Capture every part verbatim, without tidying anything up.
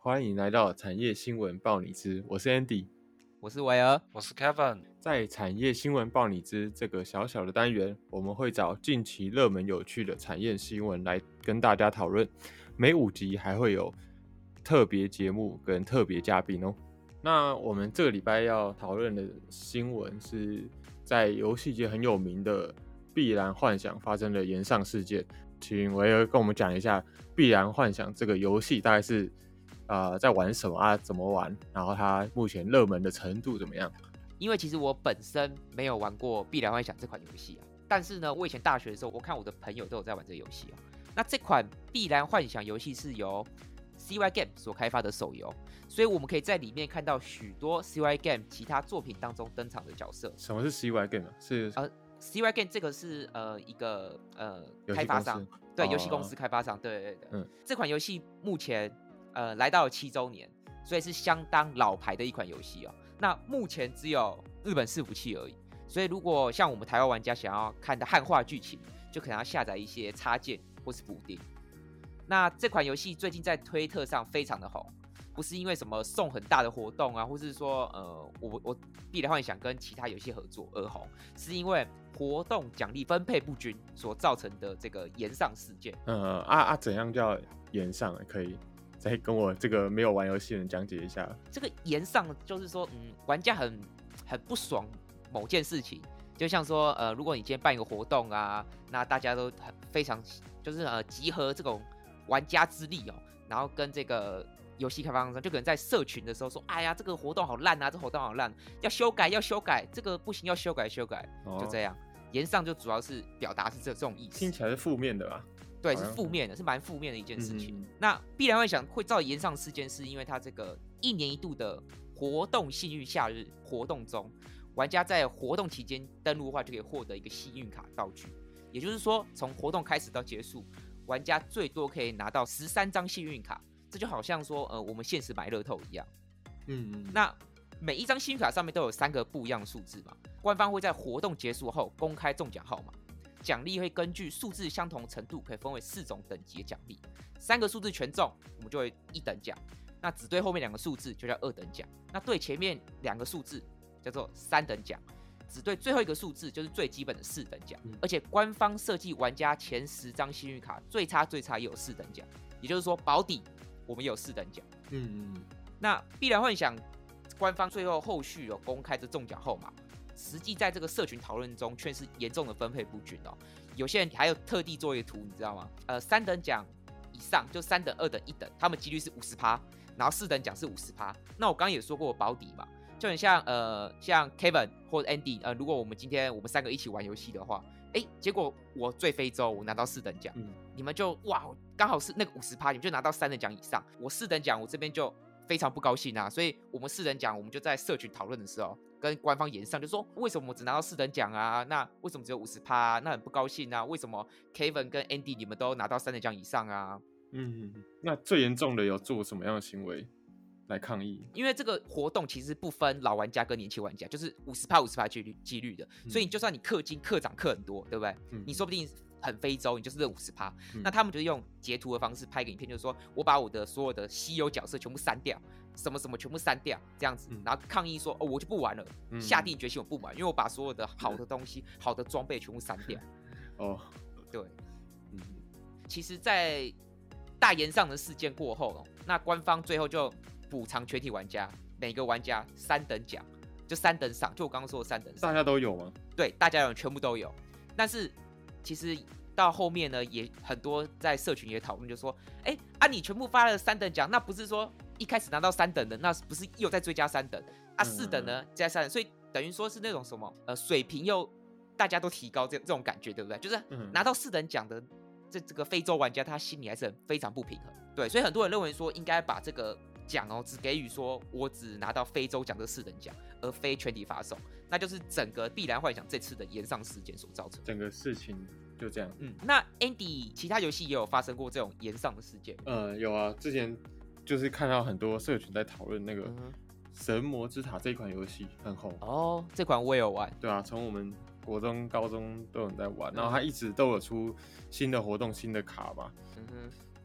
欢迎来到产业新闻报你知，我是 Andy， 我是维儿， 我是 Kevin。 在产业新闻报你知这个小小的单元，我们会找近期热门有趣的产业新闻来跟大家讨论，每五集还会有特别节目跟特别嘉宾哦。那我们这个礼拜要讨论的新闻是在游戏界很有名的《碧蓝幻想》发生的炎上事件，请维儿跟我们讲一下《碧蓝幻想》这个游戏大概是呃在玩什么啊，怎么玩，然后它目前热门的程度怎么样？ 因为其实我本身没有玩过《碧蓝幻想》这款游戏啊，但是呢，我以前大学的时候，我看我的朋友都有在玩这个游戏啊。那这款《碧蓝幻想》游戏是由 C Y Game 所开发的手游，所以我们可以在里面看到许多 C Y Game 其他作品当中登场的角色。 什么是 C Y Game 啊？是呃 C Y Game 这个是呃一个呃开发商，对，游戏公司开发商，对对对。嗯，这款游戏目前呃来到了七周年，所以是相当老牌的一款游戏哦。那目前只有日本伺服器而已，所以如果像我们台湾玩家想要看的汉化剧情，就可能要下载一些插件或是补丁。那这款游戏最近在推特上非常的红，不是因为什么送很大的活动啊，或是说呃我我碧蓝幻想跟其他游戏合作而红，是因为活动奖励分配不均所造成的这个炎上事件。 呃啊啊，怎样叫炎上？可以再跟我这个没有玩游戏的人讲解一下。 这个炎上就是说，嗯，玩家很很不爽某件事情，就像说，呃，如果你今天办一个活动啊，那大家都很非常就是呃集合这种玩家之力哦，然后跟这个游戏开发商就可能在社群的时候说，哎呀，这个活动好烂啊，这活动好烂，要修改要修改，这个不行要修改修改，哦、就这样。炎上就主要是表达是这这种意思， 听起来是负面的吧？ 对，是负面的，是蛮负面的一件事情。嗯、那必然会想会造炎上事件，是因为它这个一年一度的活动幸运夏日活动中，玩家在活动期间登录的话，就可以获得一个幸运卡道具。也就是说，从活动开始到结束，玩家最多可以拿到十三张幸运卡。这就好像说，呃，我们现实买乐透一样。嗯嗯。那每一张幸运卡上面都有三个不一样的数字嘛？官方会在活动结束后公开中奖号码。奖励会根据数字相同程度，可以分为四种等级的奖励。三个数字全中，我们就会一等奖；那只对后面两个数字就叫二等奖；那对前面两个数字叫做三等奖；只对最后一个数字就是最基本的四等奖。嗯、而且官方设计玩家前十张幸运卡，最差最差也有四等奖，也就是说保底我们也有四等奖。嗯嗯。那必然幻想官方最后后续有公开的中奖号码。实际在这个社群讨论中，却是严重的分配不均哦。有些人还有特地做一个图，你知道吗？呃，三等奖以上就三等、二等、一等，他们几率是五十趴，然后四等奖是五十趴。那我刚刚也说过保底嘛，就很像呃像 Kevin 或者 Andy， 呃，如果我们今天我们三个一起玩游戏的话，哎，结果我最非洲我拿到四等奖，嗯、你们就哇刚好是那个五十趴，你们就拿到三等奖以上，我四等奖我这边就非常不高兴啊，所以我们四等奖我们就在社群讨论的时候。跟官方延上，就说为什么我只拿到四等奖啊？那为什么只有五十趴啊？那很不高兴啊！为什么 Kevin 跟 Andy 你们都拿到三等奖以上啊？ 嗯，那最严重的有做什么样的行为来抗议？ 因为这个活动其实不分老玩家跟年轻玩家，就是五十趴五十趴几率几率的，嗯、所以你就算你氪金氪涨氪很多，对不对？嗯、你说不定很非洲，你就是这五十趴。嗯、那他们就用截图的方式拍个影片，就是说我把我的所有的稀有角色全部删掉。什么什么全部删掉，这样子，嗯、然后抗议说：“哦，我就不玩了，嗯、下定决心我不玩，因为我把所有的好的东西、嗯、好的装备全部删掉。”哦，对，嗯，其实，在大炎上的事件过后，那官方最后就补偿全体玩家，每个玩家三等奖，就三等赏，就我刚刚说的三等赏， 大家都有吗？ 对，大家有全部都有，但是其实。到后面呢，也很多在社群也讨论，就说，哎啊，你全部发了三等奖，那不是说一开始拿到三等的，那不是又再追加三等啊？四等呢加三等，所以等于说是那种什么呃水平又大家都提高这这种感觉，对不对？就是拿到四等奖的这这个非洲玩家，他心里还是很非常不平衡，对，所以很多人认为说应该把这个奖哦只给予说我只拿到非洲奖的四等奖，而非全体发送，那就是整个碧蓝幻想这次的炎上事件所造成。 整个事情。就这样， 嗯，那 Andy 其他游戏也有发生过这种炎上的事件， 呃，有啊，之前就是看到很多社群在讨论那个《神魔之塔》这款游戏很红哦，这款我也有玩， 对啊，从我们国中、高中都有人在玩，然后它一直都有出新的活动、新的卡嘛，嗯哼，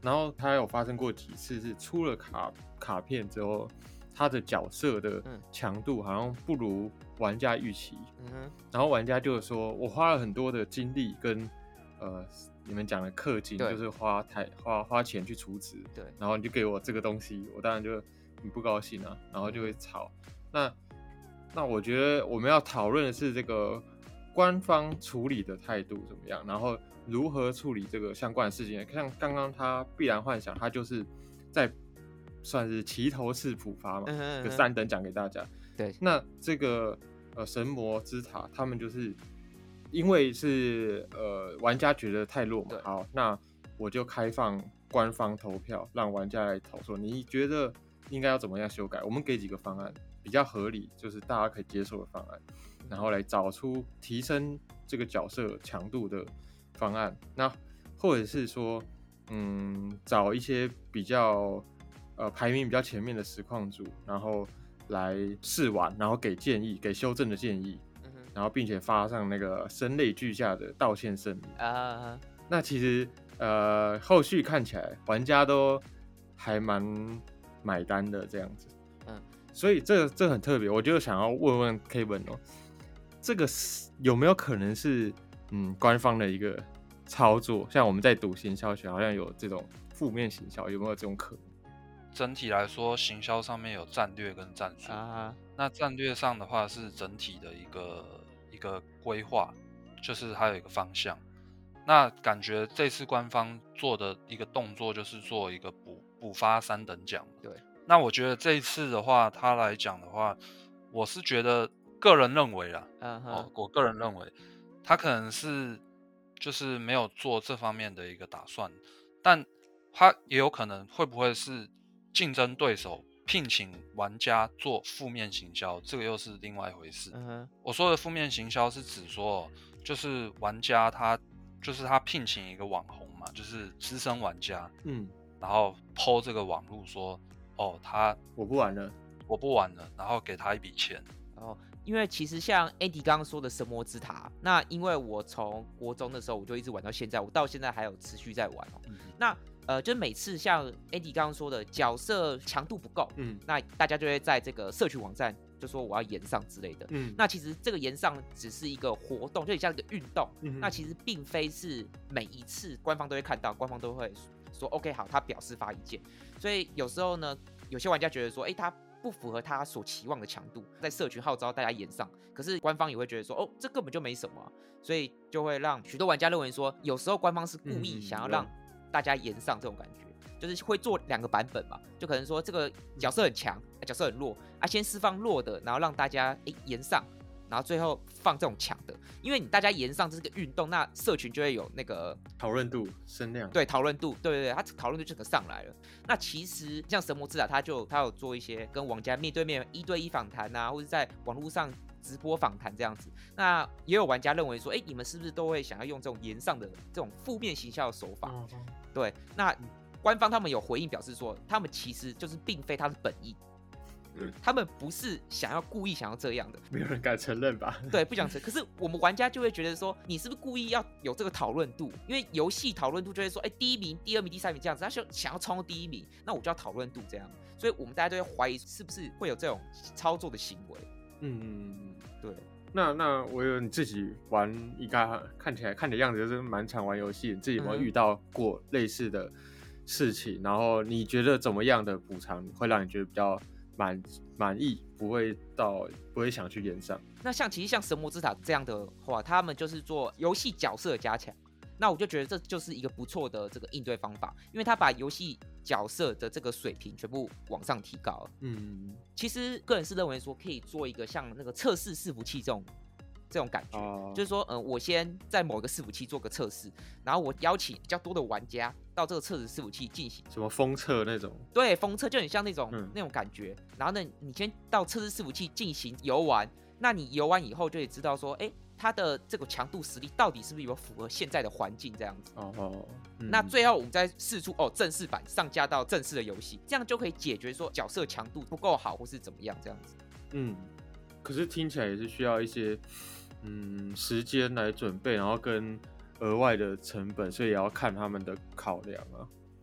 然后它有发生过几次是出了卡卡片之后，它的角色的强度好像不如玩家预期，嗯、然后玩家就说我花了很多的精力跟呃你们讲的氪金，就是花台花花钱去储值，对，然后你就给我这个东西，我当然就很不高兴啊，然后就会吵。那那我觉得我们要讨论的是这个官方处理的态度怎么样，然后如何处理这个相关的事情。像刚刚他必然幻想，他就是在算是齐头式普发嘛，嗯、个三等奖给大家。 对， 那这个呃神魔之塔，他们就是因为是呃玩家觉得太弱嘛，好，那我就开放官方投票，让玩家来投，说你觉得应该要怎么样修改，我们给几个方案比较合理，就是大家可以接受的方案，然后来找出提升这个角色强度的方案。那或者是说，嗯，找一些比较呃排名比较前面的实况组，然后来试玩，然后给建议，给修正的建议，嗯、然后并且发上那个声泪俱下的道歉声明啊。Uh-huh. 那其实呃后续看起来玩家都还蛮买单的这样子，嗯，所以这这很特别，我就想要问问 Kevin 哦，这个有没有可能是嗯官方的一个操作？像我们在读行销学，好像有这种负面行销，有没有这种可能？ 整体来说，行销上面有战略跟战术。啊、那战略上的话是整体的一个一个规划，就是还有一个方向。那感觉这次官方做的一个动作就是做一个补补发三等奖。 对。 那我觉得这一次的话，他来讲的话，我是觉得个人认为啦， uh-huh. 哦，我个人认为他可能是就是没有做这方面的一个打算，但他也有可能会不会是竞争对手聘请玩家做负面行销，这个又是另外一回事。Uh-huh. 我说的负面行销是指说，就是玩家他就是他聘请一个网红嘛，就是资深玩家，嗯，然后 po 这个网路说，哦，他我不玩了， 我不玩了，然后给他一笔钱。 哦，因为其实像 Andy 刚刚说的神魔之塔，那因为我从国中的时候我就一直玩到现在，我到现在还有持续在玩哦。嗯、那呃，就每次像 Andy 刚刚说的角色强度不够，嗯，那大家就会在这个社群网站就说我要延上之类的，嗯，那其实这个延上只是一个活动，就像一个运动，嗯，那其实并非是每一次官方都会看到，官方都会说 OK 好，他表示发意见，所以有时候呢，有些玩家觉得说，哎，他不符合他所期望的强度，在社群号召大家延上，可是官方也会觉得说，哦，这根本就没什么、啊，所以就会让许多玩家认为说，有时候官方是故意想要让大家延上这种感觉，就是会做两个版本嘛，就可能说这个角色很强，角色很弱啊，先释放弱的，然后让大家哎延上，然后最后放这种强的，因为你大家延上这是个运动，那社群就会有那个讨论度、声量， 对讨论度，对对对，它讨论度就可上来了。那其实像神魔之塔，他就他有做一些跟玩家面对面一对一访谈啊，或者在网络上直播访谈这样子。那也有玩家认为说，哎，你们是不是都会想要用这种延上的这种负面行销的手法？嗯、对，那官方他们有回应表示说，他们其实就是并非他的本意。嗯、他们不是想要故意想要这样的， 没有人敢承认吧？ 对，不想承认。可是我们玩家就会觉得说，你是不是故意要有这个讨论度？因为游戏讨论度就会说，哎，第一名、第二名、第三名这样子，他就想要冲第一名，那我就要讨论度这样。所以我们大家都会怀疑，是不是会有这种操作的行为？嗯，对。 那那我有你自己玩，应该看起来看你的样子就是蛮常玩游戏，你自己有没有遇到过类似的事情？嗯、然后你觉得怎么样的补偿会让你觉得比较满满意，不会到不会想去延上？ 那像其实像神魔之塔这样的话，他们就是做游戏角色的加强。那我就觉得这就是一个不错的这个应对方法，因为他把游戏角色的这个水平全部往上提高了。嗯，其实个人是认为说可以做一个像那个测试伺服器这种这种感觉，哦、就是说，嗯、呃，我先在某一个伺服器做个测试，然后我邀请比较多的玩家到这个测试伺服器进行什么封测那种， 对，封测就很像那种、嗯、那种感觉。然后呢，你先到测试伺服器进行游玩，那你游玩以后就会知道说，哎。它的这个强度实力到底是不是有符合现在的环境这样子？哦哦、嗯，那最后我们再释出哦正式版上架到正式的游戏，这样就可以解决说角色强度不够好或是怎么样这样子。 嗯，可是听起来也是需要一些嗯时间来准备，然后跟额外的成本，所以也要看他们的考量啊。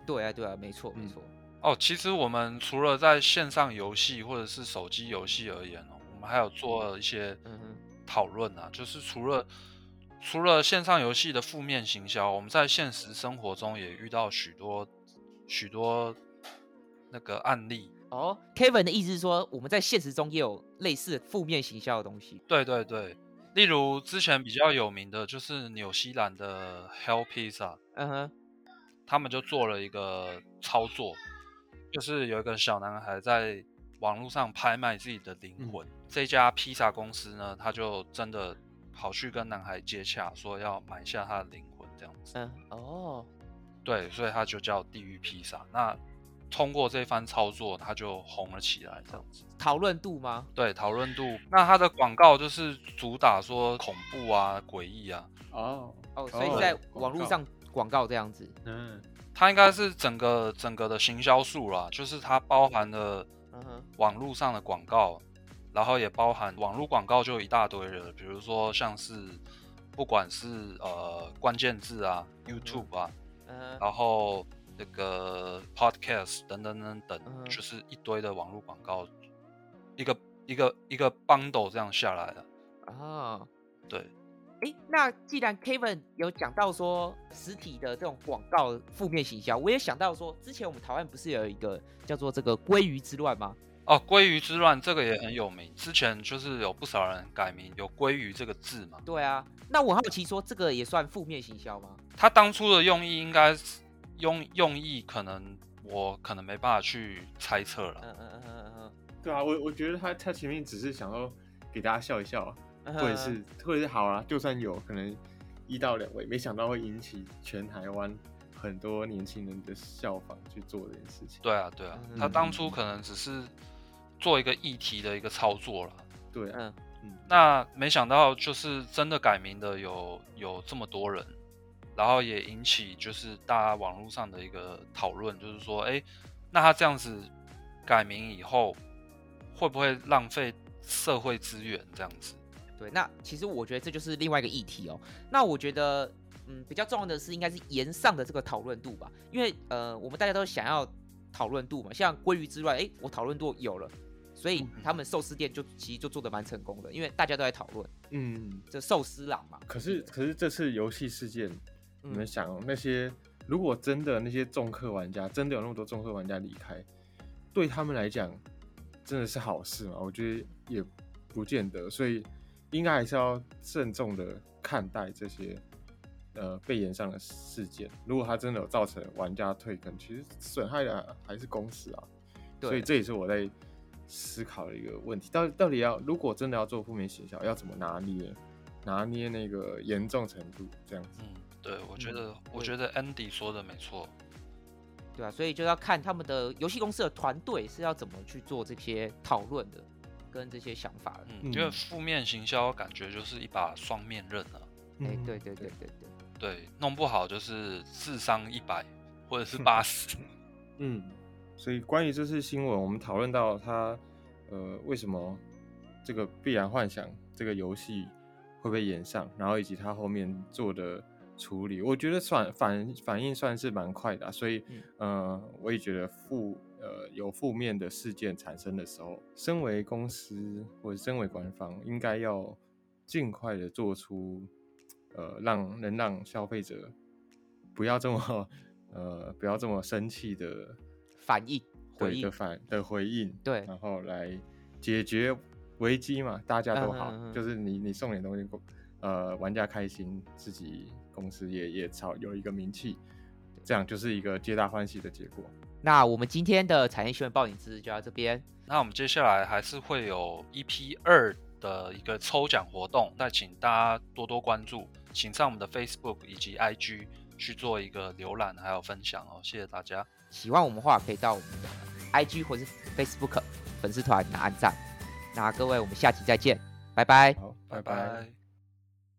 对啊，对啊，没错，没错。 哦，其实我们除了在线上游戏或者是手机游戏而言哦，我们还有做一些讨论啊，就是除了除了线上游戏的负面行销，我们在现实生活中也遇到许多许多那个案例。 哦 ，Kevin 的意思是说，我们在现实中也有类似负面行销的东西。 对对对，例如之前比较有名的就是纽西兰的 Hell Pizza， 嗯哼， 他们就做了一个操作，就是有一个小男孩在网络上拍卖自己的灵魂。嗯、这家披萨公司呢，他就真的跑去跟男孩接洽，说要买下他的灵魂这样子。 嗯，哦， 对，所以他就叫地狱披萨。那通过这番操作，他就红了起来，这样子。 讨论度吗？ 对，讨论度。那他的广告就是主打说恐怖啊、诡异啊。 哦哦，所以在网络上广告这样子。 嗯，它应该是整个整个的行销术啦，就是它包含了网络上的广告，然后也包含网络广告就一大堆了，比如说像是不管是呃关键字啊、YouTube 啊，嗯、然后。这个 podcast 等等等等，嗯、就是一堆的网络广告，一个一个一个 bundle 这样下来的啊。对， 哎，那既然 Kevin 有讲到说实体的这种广告负面行销，我也想到说，之前我们台湾不是有一个叫做这个鲑鱼之乱吗？ 哦，鲑鱼之乱这个也很有名，之前就是有不少人改名有鲑鱼这个字嘛。 对啊，那我好奇说，这个也算负面行销吗？ 他当初的用意应该是。用用意可能我可能没办法去猜测了。嗯嗯嗯嗯对啊，我我觉得他他前面只是想要给大家笑一笑，嗯、或者是或者是好啦，就算有可能一到两位，没想到会引起全台湾很多年轻人的效仿去做这件事情。 对啊对啊，嗯、他当初可能只是做一个议题的一个操作啦。 对、啊，嗯嗯，那没想到就是真的改名的有有这么多人。然后也引起就是大家网络上的一个讨论，就是说，哎，那他这样子改名以后，会不会浪费社会资源这样子？ 对，那其实我觉得这就是另外一个议题哦。那我觉得，嗯，比较重要的是应该是言上的这个讨论度吧，因为呃，我们大家都想要讨论度嘛，像鲑鱼之乱，哎，我讨论度有了，所以他们寿司店就其实就做得蛮成功的，因为大家都在讨论，嗯，这寿司郎嘛。 可是可是这次游戏事件。你们想那些，如果真的那些重氪玩家，真的有那么多重氪玩家离开，对他们来讲真的是好事吗？我觉得也不见得，所以应该还是要慎重的看待这些呃被延上的事件。如果它真的有造成玩家退坑，其实损害的还是公司啊。所以这也是我在思考的一个问题，到底到底要如果真的要做负面行销，要怎么拿捏拿捏那个严重程度这样子。 嗯对，我觉得，嗯、我觉得 Andy 说的没错， 对啊，所以就要看他们的游戏公司的团队是要怎么去做这些讨论的，跟这些想法的。 嗯，因为负面行销感觉就是一把双面刃啊。 哎、嗯，对对对对对， 对，弄不好就是智商一百或者是八十。 嗯，所以关于这次新闻，我们讨论到它，呃，为什么这个必然幻想这个游戏会被延上，然后以及它后面做的。处理，我觉得算反反应算是蛮快的、啊，所以、嗯、呃，我也觉得负呃有负面的事件产生的时候，身为公司或者身为官方，应该要尽快的做出呃让能让消费者不要这么呃不要这么生气的反应， 对的反的回应， 对， 然后来解决危机嘛，大家都好，嗯、就是你你送点东西，呃，玩家开心，自己。公司也也炒有一个名气，这样就是一个皆大欢喜的结果。 那我们今天的产业新闻报你知就到这边。 那我们接下来还是会有 E P 二的一个抽奖活动，再请大家多多关注，请上我们的 Facebook 以及 I G 去做一个浏览还有分享哦，谢谢大家。 喜欢我们的话，可以到我们的 I G 或是 Facebook 粉丝团拿按赞。那各位，我们下期再见，拜拜。 好，拜拜。